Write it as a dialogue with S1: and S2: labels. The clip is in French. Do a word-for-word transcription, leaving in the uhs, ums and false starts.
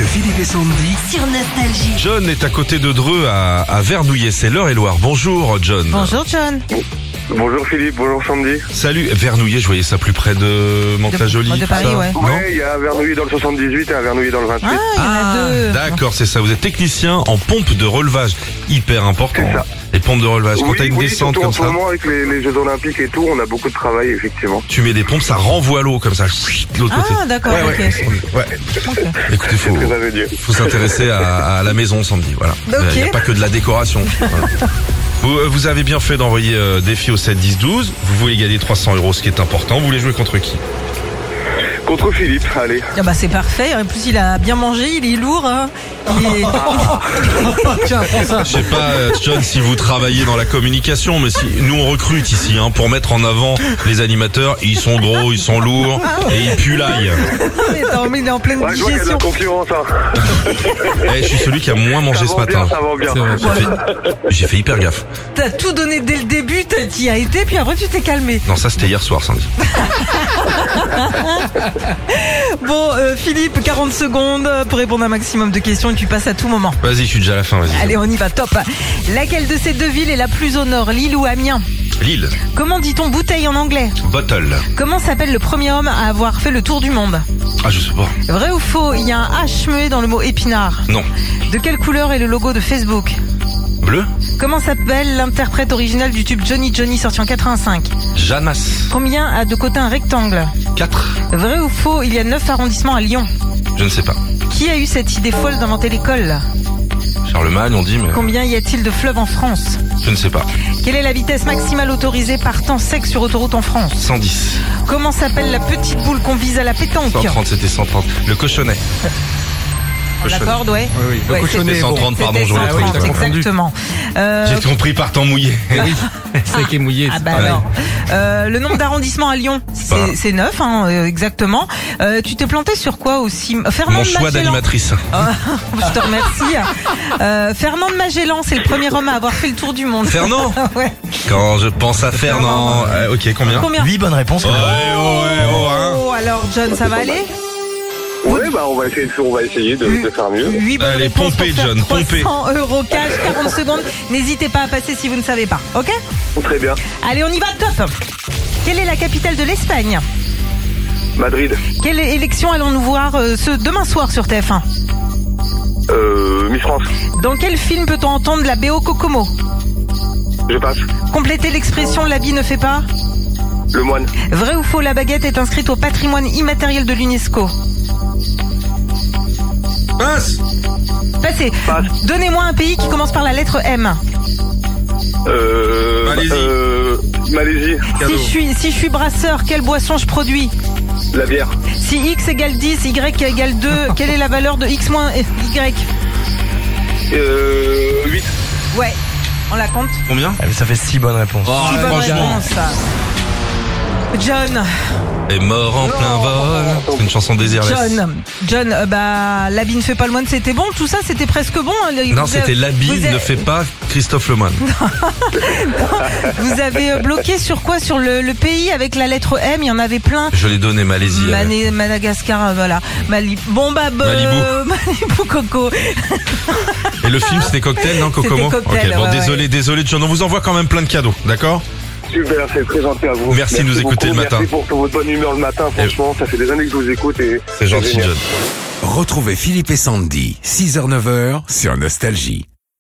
S1: que Philippe et Sandy
S2: sur Nostalgie.
S3: John est à côté de Dreux à, à Vernouillet, c'est l'Eure-et-Loire. Bonjour John.
S2: Bonjour John.
S4: Bonjour Philippe, bonjour Sandy.
S3: Salut, Vernouillet, je voyais ça plus près de Mantes-la-Jolie.
S2: De, de Paris,
S3: ça
S2: ouais.
S3: Non
S4: Ouais, il y a un Vernouillet dans le soixante-dix-huit et un Vernouillet dans le vingt-huit.
S2: Ah, il y en a deux.
S3: D'accord, c'est ça. Vous êtes technicien en pompe de relevage. Hyper important.
S4: C'est ça.
S3: Les pompes de relevage. Quand
S4: Oui,
S3: t'as une
S4: oui,
S3: descente
S4: surtout
S3: comme
S4: en ce
S3: ça,
S4: moment avec les, les Jeux Olympiques et tout, on a beaucoup de travail effectivement.
S3: tu mets des pompes, ça renvoie l'eau comme ça, de l'autre côté.
S2: Ah, d'accord,
S3: Ouais,
S2: ok.
S3: ouais. Ouais. Écoutez, faut,
S4: Très à Dieu.
S3: faut s'intéresser à, à la maison, Sandy. Voilà. Il n'y a pas que de la décoration. Voilà. Vous, vous avez bien fait d'envoyer euh, défi au sept dix douze. Vous voulez gagner trois cents euros, ce qui est important. Vous voulez jouer contre qui?
S4: Contre Philippe, allez.
S2: Ah bah c'est parfait. En plus, il a bien mangé, il est lourd. Hein. Il est...
S3: Je sais pas, euh, John, si vous travaillez dans la communication, mais si nous on recrute ici hein, pour mettre en avant les animateurs. Ils sont gros, ils sont lourds et ils puent l'ail.
S2: Mais attends, mais il est en pleine
S4: Ouais, je vois qu'il y a de la
S2: digestion.
S4: concurrence. Hein.
S3: Eh, je suis celui qui a moins mangé
S4: Ça
S3: ce
S4: va bien,
S3: matin.
S4: ça va bien.
S3: J'ai fait, j'ai fait hyper gaffe.
S2: T'as tout donné dès le début, t'as- t'y as été, puis après tu t'es calmé.
S3: Non, ça c'était hier soir, Sandy.
S2: Bon, euh, Philippe, quarante secondes pour répondre à un maximum de questions et tu passes à tout moment.
S3: Vas-y, je suis déjà à la fin, vas-y.
S2: Allez, on y va, top. Laquelle de ces deux villes est la plus au nord, Lille ou Amiens?
S3: Lille,
S2: Comment dit-on bouteille en anglais?
S3: bottle.
S2: Comment s'appelle le premier homme à avoir fait le tour du monde?
S3: Ah, je sais pas.
S2: Vrai ou faux, il y a un H muet dans le mot épinard.
S3: Non.
S2: De quelle couleur est le logo de Facebook?
S3: Bleu,
S2: Comment s'appelle l'interprète original du tube Johnny Johnny sorti en quatre-vingt-cinq?
S3: Janas.
S2: Combien a de côtés un rectangle?
S3: quatre.
S2: Vrai ou faux, il y a neuf arrondissements à Lyon.
S3: Je ne sais pas.
S2: Qui a eu cette idée folle d'inventer l'école?
S3: Charlemagne, on dit, mais
S2: Combien y a-t-il de fleuves en France?
S3: je ne sais pas.
S2: Quelle est la vitesse maximale autorisée par temps sec sur autoroute en France?
S3: cent dix.
S2: Comment s'appelle la petite boule qu'on vise à la pétanque?
S3: cent trente, c'était cent trente. Le cochonnet.
S2: On l'accorde, ouais.
S5: Oui, oui. Le
S2: Ouais,
S5: cochonnet,
S3: C'était cent trente, pardon,
S2: C'était
S3: j'en ai
S2: cent trente,
S3: pris.
S5: t'as confondu.
S2: exactement. Euh,
S3: J'ai compris par temps mouillé.
S5: Eh oui, c'est ça qui est mouillé.
S2: Ah
S5: c'est
S2: bah
S5: pareil.
S2: alors. Euh, le nombre d'arrondissements à Lyon, c'est,
S3: Bah.
S2: c'est neuf, hein, euh, exactement. Euh, tu t'es planté sur quoi aussi? Fernand
S3: Mon
S2: de
S3: choix
S2: Magellan.
S3: d'animatrice.
S2: Ah, je te remercie. Euh, Fernand de Magellan, c'est le premier homme à avoir fait le tour du monde.
S3: Fernand
S2: Ouais.
S3: Quand je pense à Fernand. Euh, ok, combien?
S2: Combien?
S5: huit bonnes réponses.
S3: Ouais, ouais, oh, hein.
S2: Oh, alors John, ça va aller?
S4: Ouais, bah on va essayer, de- on va essayer de, de faire mieux.
S2: huit bonnes
S3: Allez,
S2: réponses
S3: pompez,
S2: pour faire
S3: John, pompez.
S2: trois cents euros cash, quarante secondes. N'hésitez pas à passer si vous ne savez pas, ok?
S4: Très bien.
S2: Allez, on y va, top. Quelle est la capitale de l'Espagne?
S4: Madrid.
S2: Quelle élection allons-nous voir euh, ce demain soir sur T F un?
S4: Euh, Miss France.
S2: Dans quel film peut-on entendre la B O Kokomo?
S4: Je passe.
S2: Complétez l'expression l'habit ne fait pas.
S4: Le moine.
S2: Vrai ou faux, la baguette est inscrite au patrimoine immatériel de l'UNESCO?
S3: Passe.
S2: Passez.
S4: Passe.
S2: Donnez-moi un pays qui commence par la lettre M.
S4: Euh,
S3: Malaisie.
S4: Euh, Malaisie.
S3: Cadeau.
S2: Si je suis, si je suis brasseur, quelle boisson je produis?
S4: La bière.
S2: Si X égale dix, Y égale deux, quelle est la valeur de X moins Y?
S4: Euh, huit.
S2: Ouais, on la compte.
S3: Combien?
S5: Ah, mais ça fait six bonnes réponses.
S3: Oh,
S2: Six bonnes
S3: franchement.
S2: réponses, ça. John,
S3: Est mort en plein vol. C'est une chanson désirless.
S2: John, John, euh, bah l'habit ne fait pas le moine, c'était bon, tout ça, c'était presque bon. hein.
S3: Non,
S2: Vous
S3: c'était
S2: avez-
S3: l'habit
S2: vous
S3: ne
S2: avez-
S3: fait pas Christophe Lemoine.
S2: Vous avez euh, bloqué sur quoi? Sur le, le pays avec la lettre M, il y en avait plein.
S3: Je l'ai donné, Malaisie. elle.
S2: Mané- Madagascar, euh, voilà. Mali- bon bah, bah,
S3: Malibu.
S2: Malibu Coco.
S3: Et le film, c'était Cocktail, non, Kokomo?
S2: C'était Cocktail,
S3: Ok, bon,
S2: ouais,
S3: désolé, désolé, John. On vous envoie quand même plein de cadeaux, d'accord?
S4: Super, c'est très gentil à vous.
S3: Merci de nous écouter
S4: beaucoup.
S3: le matin.
S4: Merci pour, pour votre bonne humeur le matin. Franchement, ça fait des années que je vous écoute et
S3: C'est gentil,
S4: génial.
S3: John.
S1: Retrouvez Philippe et Sandy, six heures neuf heures sur Nostalgie.